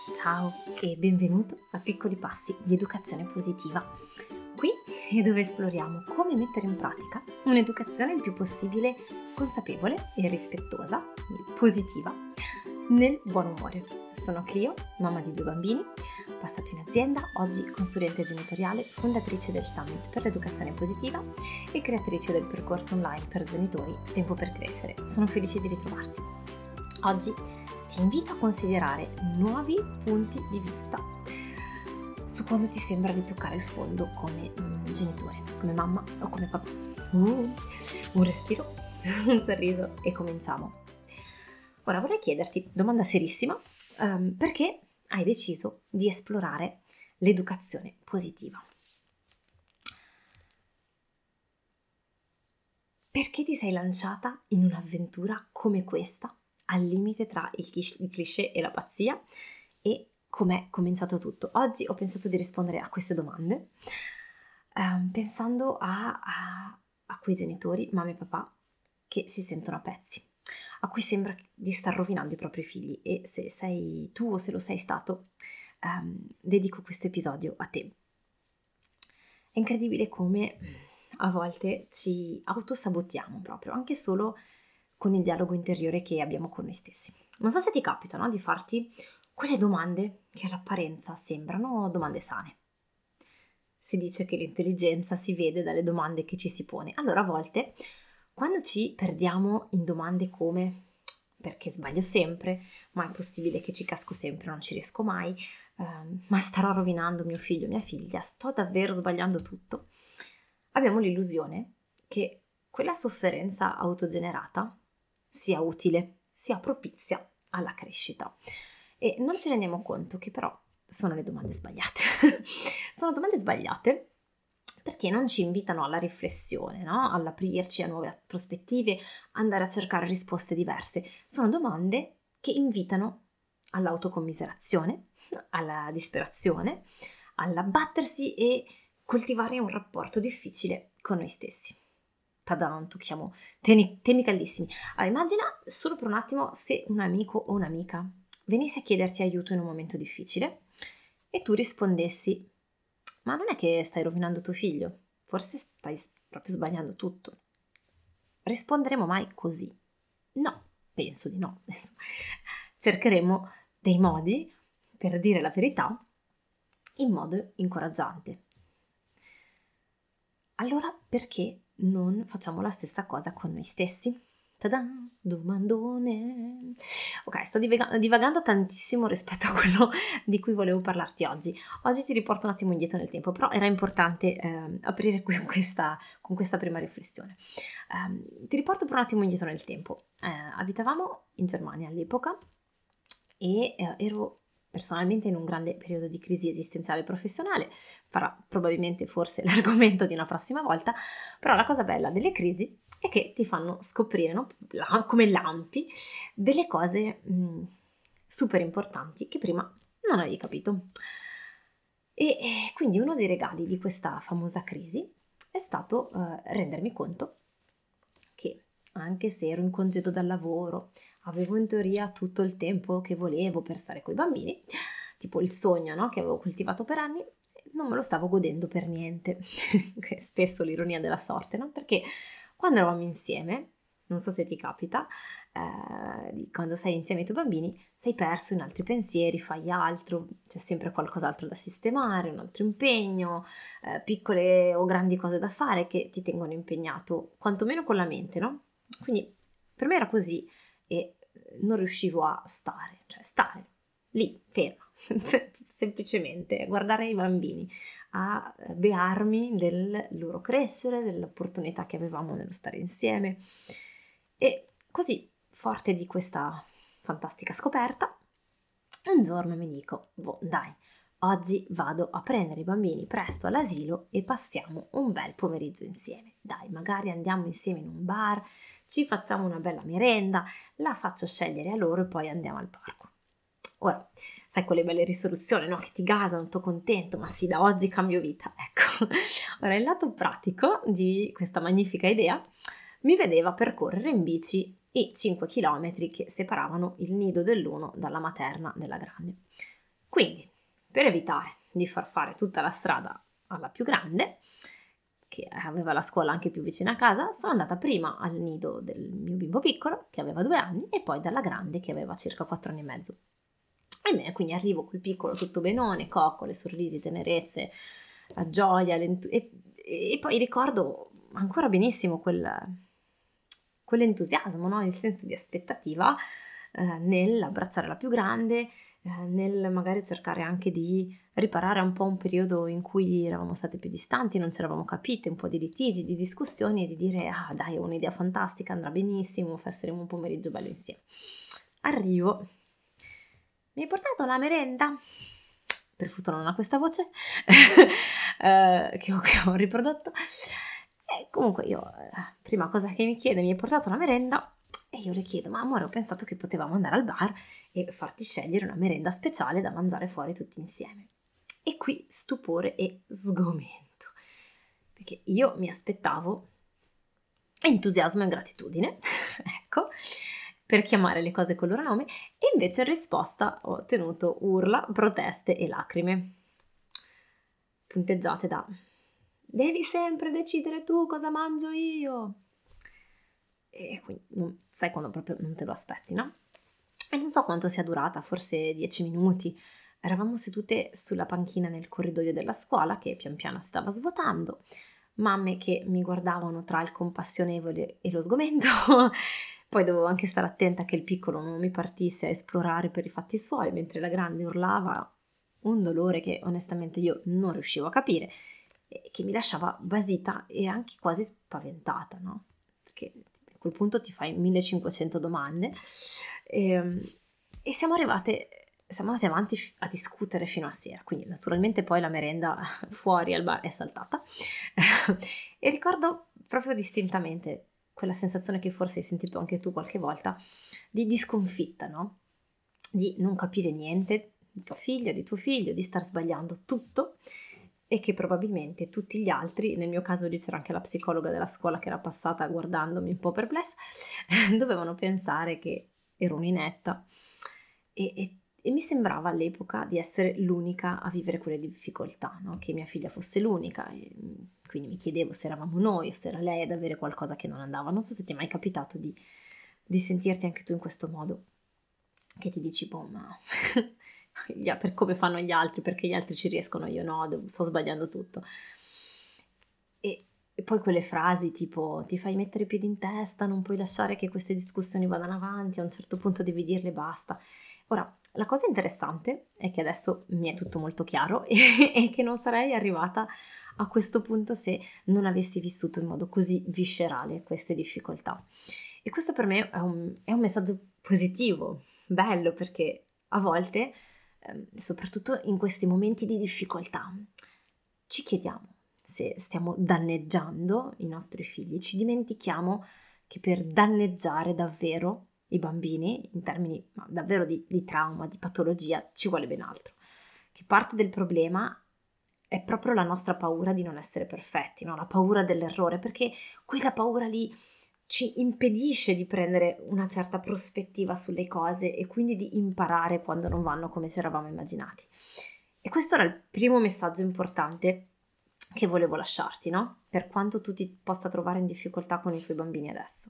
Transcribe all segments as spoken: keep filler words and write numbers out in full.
Ciao e benvenuto a Piccoli Passi di Educazione Positiva. Qui è dove esploriamo come mettere in pratica un'educazione il più possibile consapevole e rispettosa, positiva, nel buon umore. Sono Clio, mamma di due bambini, passato in azienda, oggi consulente genitoriale, fondatrice del Summit per l'Educazione Positiva e creatrice del percorso online per genitori Tempo per Crescere. Sono felice di ritrovarti. Oggi ti invito a considerare nuovi punti di vista su quando ti sembra di toccare il fondo come mm, genitore, come mamma o come papà. Uh, un respiro, un sorriso e cominciamo. Ora vorrei chiederti, domanda serissima, um, perché hai deciso di esplorare l'educazione positiva? Perché ti sei lanciata in un'avventura come questa? Al limite tra il cliché e la pazzia, e com'è cominciato tutto. Oggi ho pensato di rispondere a queste domande eh, pensando a, a, a quei genitori, mamma e papà, che si sentono a pezzi, a cui sembra di star rovinando i propri figli, e se sei tu o se lo sei stato, ehm, dedico questo episodio a te. È incredibile come a volte ci autosabotiamo proprio, anche solo con il dialogo interiore che abbiamo con noi stessi. Non so se ti capita, no, di farti quelle domande che all'apparenza sembrano domande sane. Si dice che l'intelligenza si vede dalle domande che ci si pone. Allora a volte, quando ci perdiamo in domande come perché sbaglio sempre, ma è possibile che ci casco sempre, non ci riesco mai, ehm, ma starò rovinando mio figlio o mia figlia, sto davvero sbagliando tutto, abbiamo l'illusione che quella sofferenza autogenerata sia utile, sia propizia alla crescita. E non ci rendiamo conto che però sono le domande sbagliate. Sono domande sbagliate perché non ci invitano alla riflessione, no? All'aprirci a nuove prospettive, andare a cercare risposte diverse. Sono domande che invitano all'autocommiserazione, alla disperazione, all'abbattersi e coltivare un rapporto difficile con noi stessi. Tadan, tocchiamo temi, temi caldissimi. Allora, immagina solo per un attimo se un amico o un'amica venisse a chiederti aiuto in un momento difficile e tu rispondessi: ma non è che stai rovinando tuo figlio, forse stai proprio sbagliando tutto. Risponderemo mai così? No, penso di no. Adesso cercheremo dei modi per dire la verità in modo incoraggiante. Allora perché non facciamo la stessa cosa con noi stessi? Tadan, domandone. Ok, sto divaga- divagando tantissimo rispetto a quello di cui volevo parlarti oggi. Oggi ti riporto un attimo indietro nel tempo, però era importante eh, aprire qui con questa, con questa prima riflessione. Um, ti riporto per un attimo indietro nel tempo. Eh, abitavamo in Germania all'epoca e eh, ero personalmente in un grande periodo di crisi esistenziale e professionale. Farà probabilmente forse l'argomento di una prossima volta, però la cosa bella delle crisi è che ti fanno scoprire, no? Come lampi, delle cose mh, super importanti che prima non avevi capito. E, e quindi uno dei regali di questa famosa crisi è stato eh, rendermi conto che anche se ero in congedo dal lavoro, avevo in teoria tutto il tempo che volevo per stare coi bambini, tipo il sogno, no? Che avevo coltivato per anni, non me lo stavo godendo per niente. Che è spesso l'ironia della sorte, no? Perché quando eravamo insieme, non so se ti capita, eh, quando sei insieme ai tuoi bambini, sei perso in altri pensieri, fai altro, c'è sempre qualcos'altro da sistemare, un altro impegno, eh, piccole o grandi cose da fare che ti tengono impegnato, quantomeno con la mente, no? Quindi per me era così e non riuscivo a stare, cioè stare lì, ferma, semplicemente a guardare i bambini, a bearmi del loro crescere, dell'opportunità che avevamo nello stare insieme. E così, forte di questa fantastica scoperta, un giorno mi dico, boh, dai, oggi vado a prendere i bambini presto all'asilo e passiamo un bel pomeriggio insieme. Dai, magari andiamo insieme in un bar, ci facciamo una bella merenda, la faccio scegliere a loro e poi andiamo al parco. Ora, sai quelle belle risoluzioni, no? Che ti gasano, tutto contento, ma sì, da oggi cambio vita. Ecco, ora il lato pratico di questa magnifica idea mi vedeva percorrere in bici i cinque chilometri che separavano il nido dell'uno dalla materna della grande. Quindi, per evitare di far fare tutta la strada alla più grande, che aveva la scuola anche più vicina a casa, sono andata prima al nido del mio bimbo piccolo, che aveva due anni, e poi dalla grande, che aveva circa quattro anni e mezzo. E me, quindi arrivo col piccolo tutto benone, coccole, sorrisi, tenerezze, la gioia, l'entu- e, e poi ricordo ancora benissimo quel, quell'entusiasmo, no? Il senso di aspettativa eh, nell'abbracciare la più grande, eh, nel magari cercare anche di riparare un po' un periodo in cui eravamo state più distanti, non ci eravamo capite, un po' di litigi, di discussioni, e di dire ah dai, ho un'idea fantastica, andrà benissimo, passeremo un pomeriggio bello insieme. Arrivo, mi hai portato la merenda? Per fortuna non ha questa voce eh, che, ho, che ho riprodotto. E comunque io, eh, prima cosa che mi chiede, mi hai portato la merenda? E io le chiedo, ma amore, ho pensato che potevamo andare al bar e farti scegliere una merenda speciale da mangiare fuori tutti insieme. E qui stupore e sgomento, perché io mi aspettavo entusiasmo e gratitudine, ecco, per chiamare le cose col loro nome, e invece in risposta ho ottenuto urla, proteste e lacrime, punteggiate da devi sempre decidere tu cosa mangio io. E quindi non, sai quando proprio non te lo aspetti, no? E non so quanto sia durata, forse dieci minuti. Eravamo sedute sulla panchina nel corridoio della scuola che pian piano stava svuotando, mamme che mi guardavano tra il compassionevole e lo sgomento. Poi dovevo anche stare attenta che il piccolo non mi partisse a esplorare per i fatti suoi, mentre la grande urlava un dolore che onestamente io non riuscivo a capire e che mi lasciava basita e anche quasi spaventata, no? Perché a quel punto ti fai millecinquecento domande e, e siamo arrivate siamo andate avanti a discutere fino a sera, quindi naturalmente poi la merenda fuori al bar è saltata e ricordo proprio distintamente quella sensazione che forse hai sentito anche tu qualche volta di, di sconfitta, no? Di non capire niente di tua figlia, di tuo figlio, di star sbagliando tutto e che probabilmente tutti gli altri, nel mio caso lì c'era anche la psicologa della scuola che era passata guardandomi un po' perplessa, dovevano pensare che ero un'inetta e, e E mi sembrava all'epoca di essere l'unica a vivere quelle difficoltà, no? Che mia figlia fosse l'unica, e quindi mi chiedevo se eravamo noi o se era lei ad avere qualcosa che non andava. Non so se ti è mai capitato di, di sentirti anche tu in questo modo, che ti dici, boh, ma per come fanno gli altri, perché gli altri ci riescono, io no, sto sbagliando tutto. E, e poi quelle frasi tipo, ti fai mettere i piedi in testa, non puoi lasciare che queste discussioni vadano avanti, a un certo punto devi dirle basta. Ora, la cosa interessante è che adesso mi è tutto molto chiaro e, e che non sarei arrivata a questo punto se non avessi vissuto in modo così viscerale queste difficoltà. E questo per me è un, è un messaggio positivo, bello, perché a volte, eh, soprattutto in questi momenti di difficoltà, ci chiediamo se stiamo danneggiando i nostri figli, ci dimentichiamo che per danneggiare davvero i bambini, in termini no, davvero di, di trauma, di patologia, ci vuole ben altro. Che parte del problema è proprio la nostra paura di non essere perfetti, no? La paura dell'errore, perché quella paura lì ci impedisce di prendere una certa prospettiva sulle cose e quindi di imparare quando non vanno come ci eravamo immaginati. E questo era il primo messaggio importante che volevo lasciarti, no? Per quanto tu ti possa trovare in difficoltà con i tuoi bambini adesso.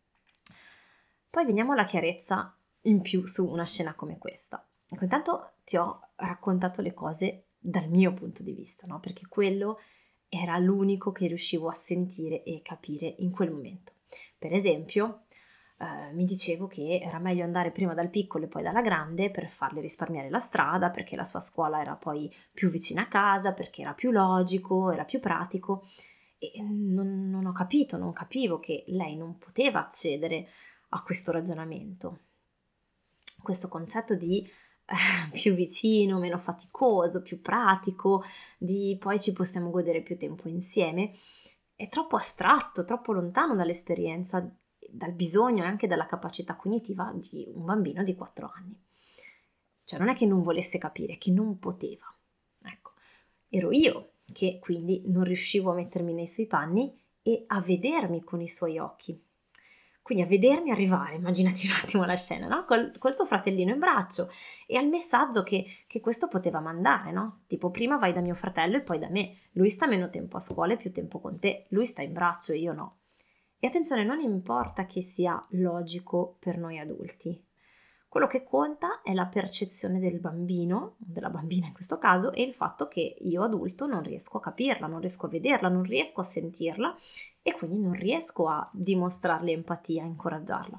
Poi veniamo alla chiarezza in più su una scena come questa. Ecco, intanto ti ho raccontato le cose dal mio punto di vista, no? Perché quello era l'unico che riuscivo a sentire e capire in quel momento. Per esempio, eh, mi dicevo che era meglio andare prima dal piccolo e poi dalla grande per farle risparmiare la strada, perché la sua scuola era poi più vicina a casa, perché era più logico, era più pratico. E non, non ho capito, non capivo che lei non poteva accedere a questo ragionamento, questo concetto di eh, più vicino, meno faticoso, più pratico, di poi ci possiamo godere più tempo insieme, è troppo astratto, troppo lontano dall'esperienza, dal bisogno e anche dalla capacità cognitiva di un bambino di quattro anni. Cioè non è che non volesse capire, è che non poteva. Ecco, ero io che quindi non riuscivo a mettermi nei suoi panni e a vedermi con i suoi occhi. Quindi a vedermi arrivare, immaginati un attimo la scena, no? Col, col suo fratellino in braccio e al messaggio che, che questo poteva mandare, no? Tipo prima vai da mio fratello e poi da me, lui sta meno tempo a scuola e più tempo con te, lui sta in braccio e io no. E attenzione, non importa che sia logico per noi adulti, quello che conta è la percezione del bambino, della bambina in questo caso, e il fatto che io adulto non riesco a capirla, non riesco a vederla, non riesco a sentirla e quindi non riesco a dimostrarle empatia, a incoraggiarla.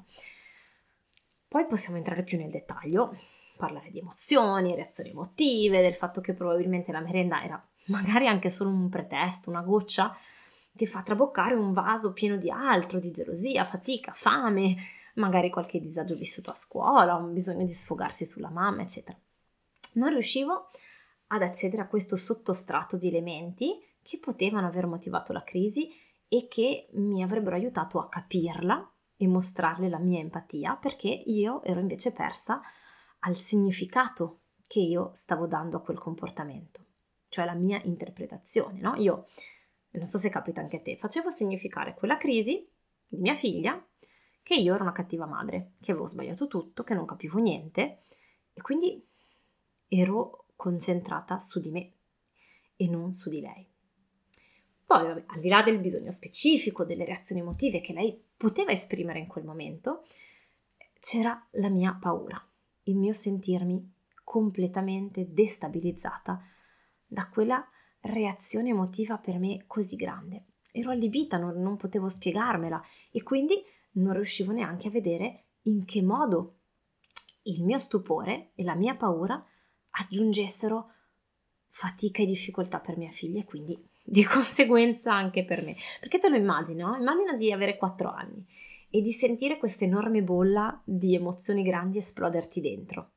Poi possiamo entrare più nel dettaglio, parlare di emozioni, reazioni emotive, del fatto che probabilmente la merenda era magari anche solo un pretesto, una goccia che fa traboccare un vaso pieno di altro, di gelosia, fatica, fame, magari qualche disagio vissuto a scuola, un bisogno di sfogarsi sulla mamma, eccetera. Non riuscivo ad accedere a questo sottostrato di elementi che potevano aver motivato la crisi e che mi avrebbero aiutato a capirla e mostrarle la mia empatia, perché io ero invece persa al significato che io stavo dando a quel comportamento, cioè la mia interpretazione, no? Io, non so se capita anche a te, facevo significare quella crisi di mia figlia che io ero una cattiva madre, che avevo sbagliato tutto, che non capivo niente e quindi ero concentrata su di me e non su di lei. Poi, vabbè, al di là del bisogno specifico, delle reazioni emotive che lei poteva esprimere in quel momento, c'era la mia paura, il mio sentirmi completamente destabilizzata da quella reazione emotiva per me così grande. Ero allibita, non, non potevo spiegarmela e quindi non riuscivo neanche a vedere in che modo il mio stupore e la mia paura aggiungessero fatica e difficoltà per mia figlia e quindi di conseguenza anche per me. Perché te lo immagini, no? Immagina di avere quattro anni e di sentire questa enorme bolla di emozioni grandi esploderti dentro.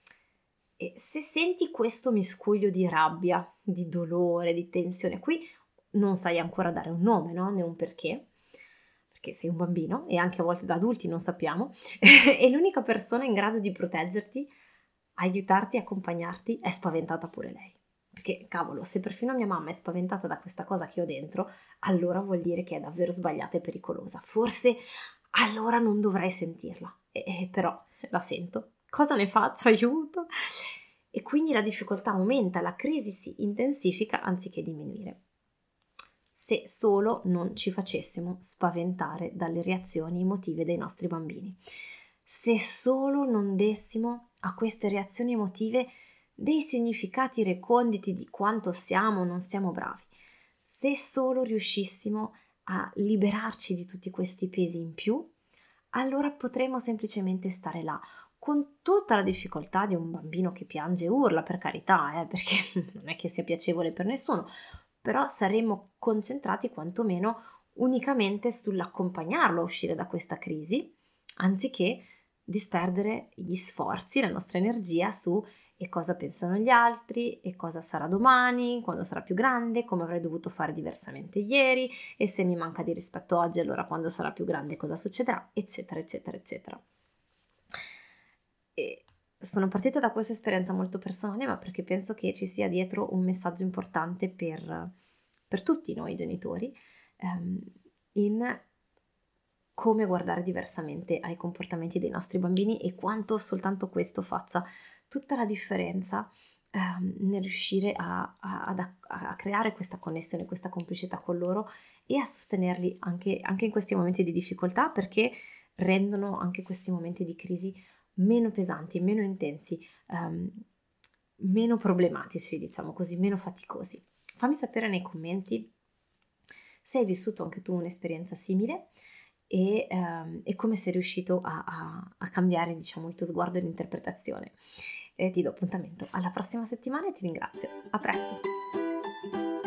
E se senti questo miscuglio di rabbia, di dolore, di tensione, qui non sai ancora dare un nome, no? Né un perché, perché sei un bambino e anche a volte da adulti non sappiamo, e l'unica persona in grado di proteggerti, aiutarti, accompagnarti è spaventata pure lei. Perché, cavolo, se perfino mia mamma è spaventata da questa cosa che ho dentro, allora vuol dire che è davvero sbagliata e pericolosa. Forse allora non dovrei sentirla. E, e però la sento. Cosa ne faccio? Aiuto! E quindi la difficoltà aumenta, la crisi si intensifica anziché diminuire. Se solo non ci facessimo spaventare dalle reazioni emotive dei nostri bambini. Se solo non dessimo a queste reazioni emotive dei significati reconditi di quanto siamo o non siamo bravi. Se solo riuscissimo a liberarci di tutti questi pesi in più, allora potremo semplicemente stare là, con tutta la difficoltà di un bambino che piange e urla, per carità, eh, perché non è che sia piacevole per nessuno, però saremmo concentrati quantomeno unicamente sull'accompagnarlo a uscire da questa crisi, anziché disperdere gli sforzi, la nostra energia su e cosa pensano gli altri, e cosa sarà domani, quando sarà più grande, come avrei dovuto fare diversamente ieri, e se mi manca di rispetto oggi, allora quando sarà più grande cosa succederà, eccetera, eccetera, eccetera. E sono partita da questa esperienza molto personale, ma perché penso che ci sia dietro un messaggio importante per, per tutti noi genitori, ehm, in come guardare diversamente ai comportamenti dei nostri bambini e quanto soltanto questo faccia tutta la differenza ehm, nel riuscire a, a, ad, a creare questa connessione, questa complicità con loro e a sostenerli anche, anche in questi momenti di difficoltà, perché rendono anche questi momenti di crisi meno pesanti, meno intensi, ehm, meno problematici, diciamo così, meno faticosi. Fammi sapere nei commenti se hai vissuto anche tu un'esperienza simile e, ehm, e come sei riuscito a, a, a cambiare, diciamo, il tuo sguardo e l'interpretazione. E ti do appuntamento alla prossima settimana e ti ringrazio. A presto!